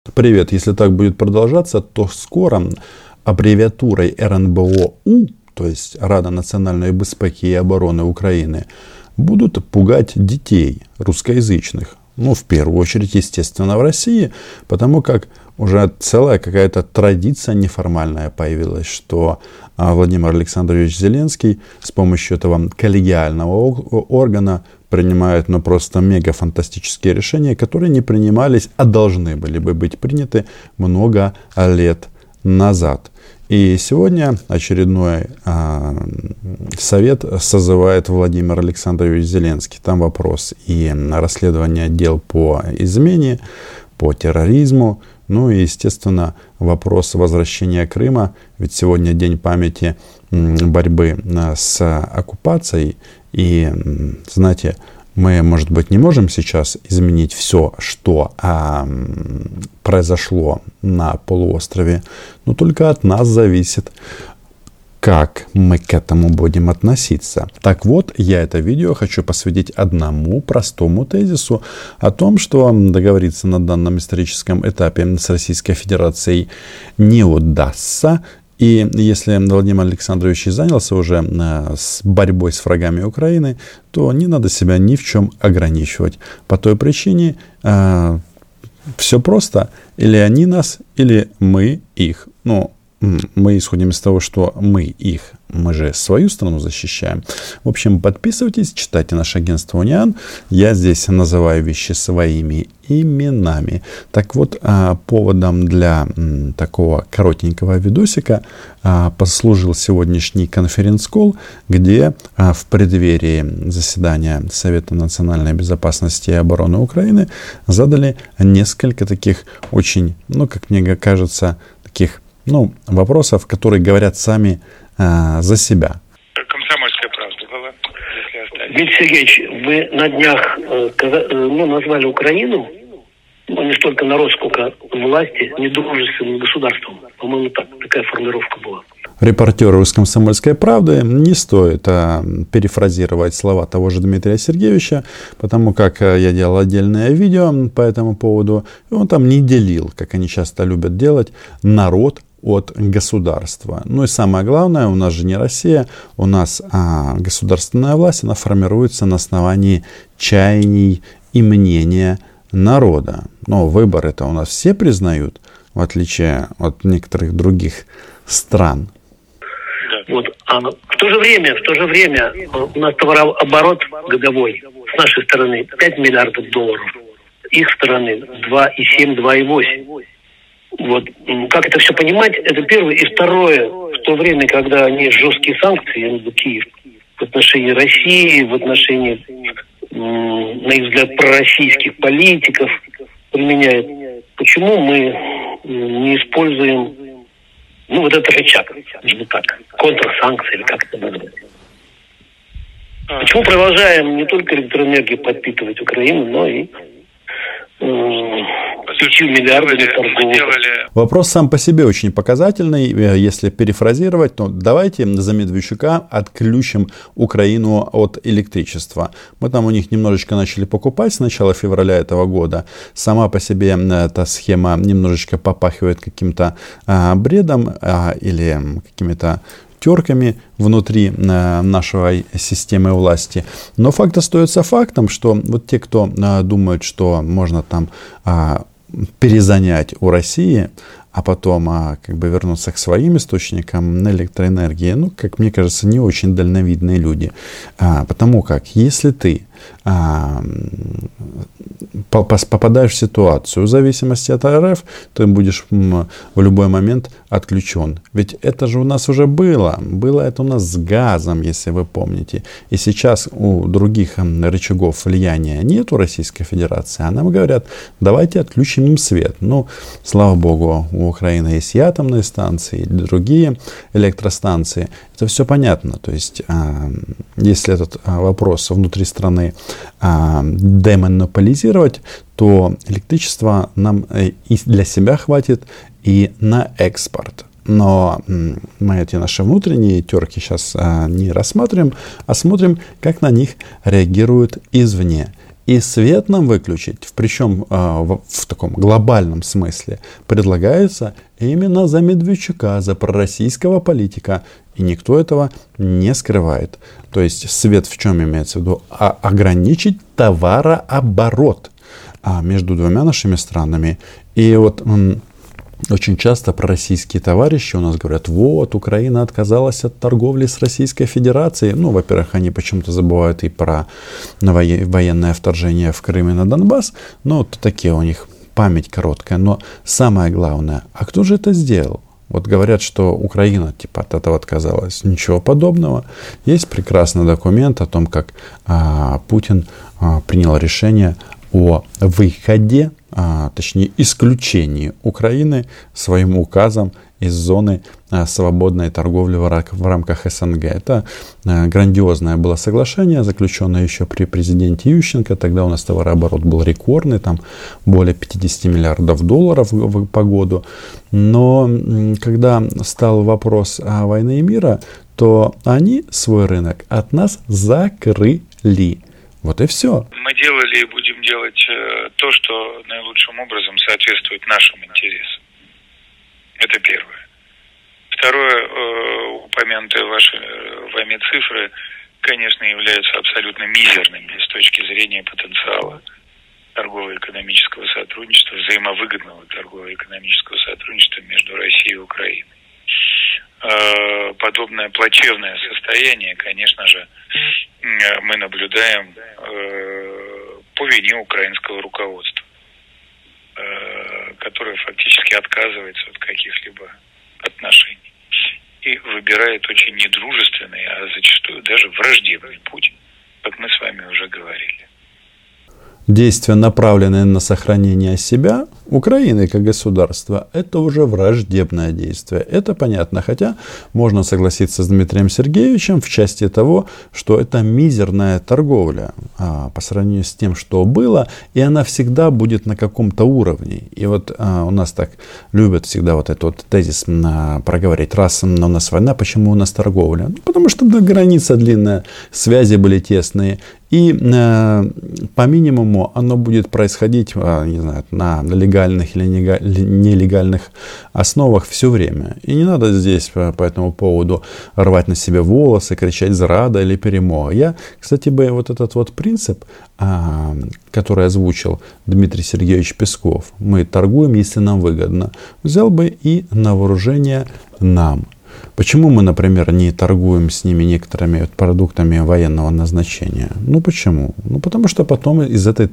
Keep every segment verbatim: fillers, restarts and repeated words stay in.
Привет, если так будет продолжаться, то скоро аббревиатурой эр ен бе о у, то есть Рада национальной безпеки и обороны Украины, будут пугать детей русскоязычных. Ну, в первую очередь, естественно, в России, потому как уже целая какая-то традиция неформальная появилась, что Владимир Александрович Зеленский с помощью этого коллегиального органа принимает, ну, просто мега фантастические решения, которые не принимались, а должны были бы быть приняты много лет назад. И сегодня очередной а, совет созывает Владимир Александрович Зеленский. Там вопрос и расследование дел по измене, по терроризму, ну и, естественно, вопрос возвращения Крыма. Ведь сегодня день памяти борьбы с оккупацией. И, знаете, мы, может быть, не можем сейчас изменить все, что а, произошло на полуострове, но только от нас зависит, как мы к этому будем относиться. Так вот, я это видео хочу посвятить одному простому тезису о том, что договориться на данном историческом этапе с Российской Федерацией не удастся. И если Владимир Александрович и занялся уже с борьбой с врагами Украины, то не надо себя ни в чем ограничивать. По той причине э, все просто. Или они нас, или мы их. Ну, мы исходим из того, что мы их. Мы же свою страну защищаем. В общем, подписывайтесь, читайте наше агентство Униан. Я здесь называю вещи своими именами. Так вот, поводом для такого коротенького видосика послужил сегодняшний конференц-колл, где в преддверии заседания Совета национальной безопасности и обороны Украины задали несколько таких очень, ну, как мне кажется, таких, ну, вопросов, которые говорят сами а, за себя. Комсомольская правда была, если оставить. Виктор Сергеевич, вы на днях э, ну, назвали Украину, ну, не столько народ, сколько власти, недружественным государством. По-моему, так, такая формулировка была. Репортеру из «Комсомольской правды» не стоит а, перефразировать слова того же Дмитрия Сергеевича, потому как а, я делал отдельное видео по этому поводу, и он там не делил, как они часто любят делать, народ от государства. Ну и самое главное, у нас же не Россия, у нас а, государственная власть, она формируется на основании чаяний и мнения народа. Но выбор это у нас все признают, в отличие от некоторых других стран. Вот. А в то же время, в то же время у нас товарооборот годовой с нашей стороны пять миллиардов долларов, их стороны два и семь - два и восемь. Вот. Как это все понимать? Это первое. И второе, в то время, когда они жесткие санкции, я имею в виду Киев, в отношении России, в отношении, на их взгляд, пророссийских политиков применяет, почему мы не используем, ну, вот этот рычаг, или так, контрсанкции, или как это назвать? Почему продолжаем не только электроэнергию подпитывать Украину, но и пятью миллиардами торговли? Вопрос сам по себе очень показательный. Если перефразировать, то давайте за Медведчука отключим Украину от электричества. Мы там у них немножечко начали покупать с начала февраля этого года. Сама по себе эта схема немножечко попахивает каким-то а, бредом а, или какими-то терками внутри э, нашей системы власти. Но факт остается фактом, что вот те, кто э, думают, что можно там э, перезанять у России, а потом а, как бы вернуться к своим источникам электроэнергии, ну, как мне кажется, не очень дальновидные люди. А, потому как, если ты а, попадаешь в ситуацию в зависимости от эр эф, ты будешь в любой момент отключен. Ведь это же у нас уже было. Было это у нас с газом, если вы помните. И сейчас у других рычагов влияния нет у Российской Федерации. А нам говорят, давайте отключим им свет. Ну, слава богу, у Украины есть и атомные станции, и другие электростанции. Это все понятно. То есть, если этот вопрос внутри страны демонополизировать, то электричества нам и для себя хватит, и на экспорт. Но мы эти наши внутренние терки сейчас не рассматриваем, а смотрим, как на них реагируют извне. И свет нам выключить, причем в, в таком глобальном смысле, предлагается именно за Медведчука, за пророссийского политика. И никто этого не скрывает. То есть свет в чем имеется в виду? А ограничить товарооборот между двумя нашими странами. И вот очень часто пророссийские товарищи у нас говорят: вот, Украина отказалась от торговли с Российской Федерацией. Ну, во-первых, они почему-то забывают и про военное вторжение в Крым и на Донбасс. Но вот такие у них память короткая. Но самое главное, а кто же это сделал? Вот говорят, что Украина типа от этого отказалась. Ничего подобного. Есть прекрасный документ о том, как а, Путин а, принял решение о выходе, а, точнее исключении Украины своим указом из зоны а, свободной торговли в, рак, в рамках СНГ. Это а, грандиозное было соглашение, заключенное еще при президенте Ющенко. Тогда у нас товарооборот был рекордный, там более пятьдесят миллиардов долларов в, в, по году. Но м, когда стал вопрос о войне и мира, то они свой рынок от нас закрыли. Вот и все. Мы делали и будем делать э, то, что наилучшим образом соответствует нашим интересам. Это первое. Второе, э, упомянутые ваши э, вами цифры, конечно, являются абсолютно мизерными с точки зрения потенциала торгово-экономического сотрудничества, взаимовыгодного торгово-экономического сотрудничества между Россией и Украиной. Э, подобное плачевное состояние, конечно же, мы наблюдаем э, по вине украинского руководства, э, которое фактически отказывается от каких-либо отношений и выбирает очень недружественный, а зачастую даже враждебный путь, как мы с вами уже говорили. Действия, направленные на сохранение себя, Украины как государства, это уже враждебное действие. Это понятно. Хотя можно согласиться с Дмитрием Сергеевичем в части того, что это мизерная торговля а, по сравнению с тем, что было, и она всегда будет на каком-то уровне. И вот а, у нас так любят всегда вот этот вот тезис а, проговорить: раз у нас война, почему у нас торговля? Ну, потому что да, граница длинная, связи были тесные. И э, по минимуму оно будет происходить э, не знаю, на легальных или нелегальных основах все время. И не надо здесь по, по этому поводу рвать на себе волосы, кричать «зрада» или «перемога». Я, кстати, бы вот этот вот принцип, э, который озвучил Дмитрий Сергеевич Песков, мы торгуем, если нам выгодно, взял бы и на вооружение нам. Почему мы, например, не торгуем с ними некоторыми продуктами военного назначения? Ну почему? Ну потому что потом из этой,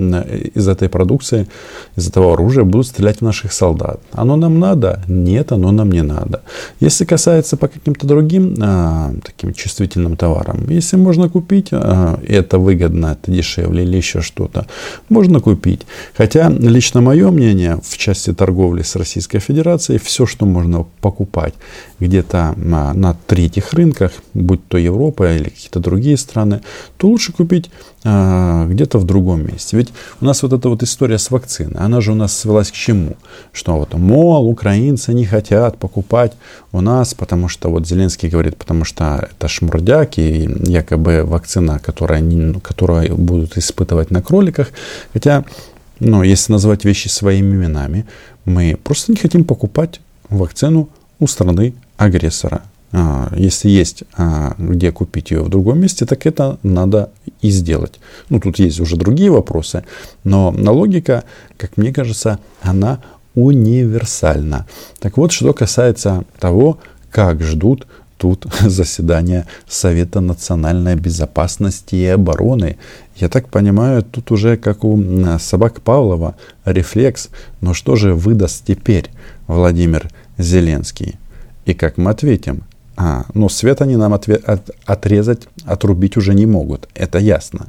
из этой продукции, из этого оружия будут стрелять в наших солдат. Оно нам надо? Нет, оно нам не надо. Если касается по каким-то другим а, таким чувствительным товарам, если можно купить, а, и это выгодно, это дешевле или еще что-то, можно купить. Хотя лично мое мнение в части торговли с Российской Федерацией, все, что можно покупать где-то на, на третьих рынках, будь то Европа или какие-то другие страны, то лучше купить а, где-то в другом месте. Ведь у нас вот эта вот история с вакциной, она же у нас свелась к чему? Что вот, мол, украинцы не хотят покупать у нас, потому что вот Зеленский говорит, потому что это шмурдяк и якобы вакцина, которая не, которую будут испытывать на кроликах. Хотя, ну, если назвать вещи своими именами, мы просто не хотим покупать вакцину у страны агрессора. А, если есть а, где купить ее в другом месте, так это надо и сделать. Ну, тут есть уже другие вопросы, но логика, как мне кажется, она универсальна. Так вот, что касается того, как ждут тут заседания Совета национальной безопасности и обороны. Я так понимаю, тут уже как у собак Павлова рефлекс. Но что же выдаст теперь Владимир Зеленский? И как мы ответим? А, ну, свет они нам отве- от- отрезать, отрубить уже не могут. Это ясно.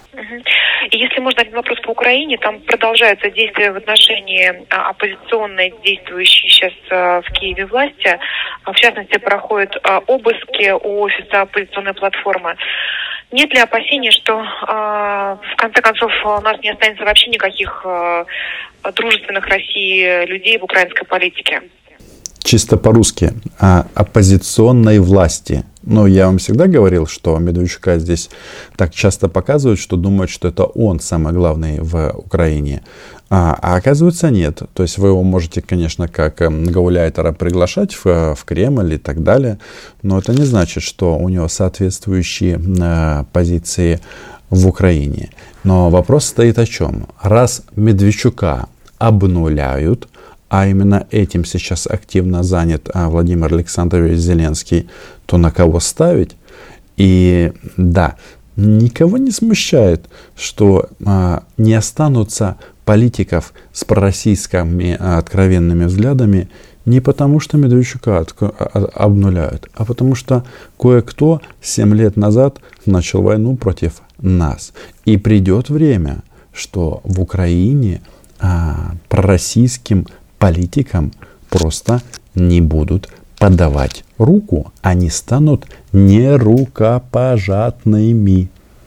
И если можно один вопрос по Украине, там продолжаются действия в отношении а, оппозиционной, действующей сейчас а, в Киеве власти. А, в частности, проходят а, обыски у офиса оппозиционной платформы. Нет ли опасений, что а, в конце концов у нас не останется вообще никаких а, дружественных России людей в украинской политике? чисто по-русски, а, оппозиционной власти. Но я вам всегда говорил, что Медведчука здесь так часто показывают, что думают, что это он самый главный в Украине. А, а оказывается нет. То есть вы его можете, конечно, как гауляйтера приглашать в, в Кремль и так далее, но это не значит, что у него соответствующие а, позиции в Украине. Но вопрос стоит о чем? Раз Медведчука обнуляют, а именно этим сейчас активно занят а, Владимир Александрович Зеленский, то на кого ставить? И да, никого не смущает, что а, не останутся политиков с пророссийскими а, откровенными взглядами не потому, что Медведчука от, а, обнуляют, а потому что кое-кто семь лет назад начал войну против нас. И придет время, что в Украине а, пророссийским политикам просто не будут подавать руку, они станут нерукопожатными.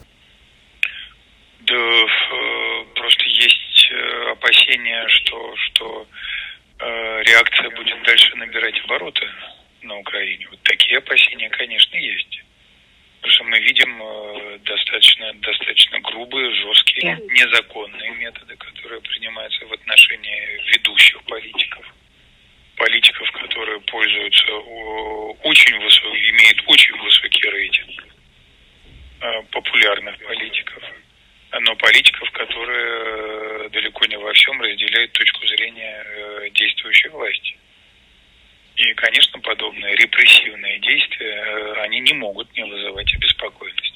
Да, просто есть опасения, что, что э, реакция будет дальше набирать обороты на Украине. Вот такие опасения, конечно, есть. Потому что мы видим э, достаточно, достаточно грубые, жесткие, незаконные методы, которые принимаются в отношении ведущих политиков. Политиков, которые пользуются очень высокий, имеют очень высокий рейтинг популярных политиков, но политиков, которые далеко не во всем разделяют точку зрения действующей власти. И, конечно, подобные репрессивные действия, они не могут не вызывать обеспокоенность.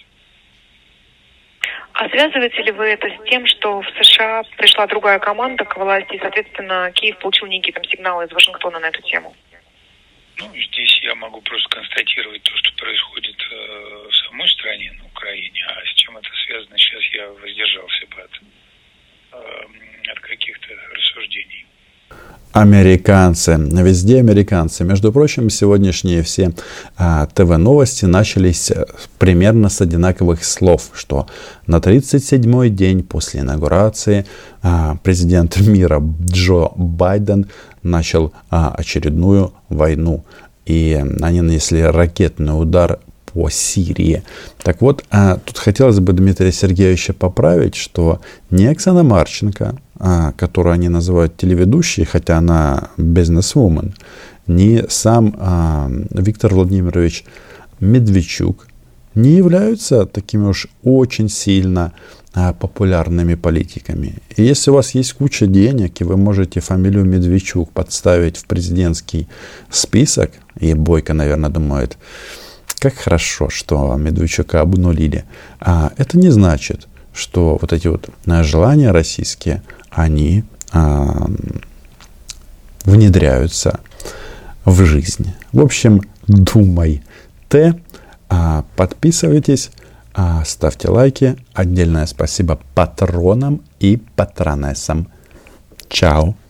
А связываете ли вы это с тем, что в США пришла другая команда к власти, и, соответственно, Киев получил некие там сигналы из Вашингтона на эту тему? Ну, здесь я могу просто констатировать то, что происходит э, в самой стране, на Украине, а с чем это связано, сейчас я воздержался бы от, э, от каких-то рассуждений. Американцы, везде американцы. Между прочим, сегодняшние все а, ТВ-новости начались примерно с одинаковых слов, что на тридцать седьмой день после инаугурации а, президент мира Джо Байден начал а, очередную войну. И они нанесли ракетный удар по Сирии. Так вот, а, тут хотелось бы Дмитрия Сергеевича поправить, что не Оксана Марченко, а, которую они называют телеведущей, хотя она бизнесвумен, не сам а, Виктор Владимирович Медведчук не являются такими уж очень сильно а, популярными политиками. И если у вас есть куча денег, и вы можете фамилию Медведчук подставить в президентский список, и Бойко, наверное, думает, как хорошо, что Медведчука обнулили. А это не значит, что вот эти вот желания российские, они а, внедряются в жизнь. В общем, думайте, а, подписывайтесь, а, ставьте лайки. Отдельное спасибо патронам и патронессам. Чао.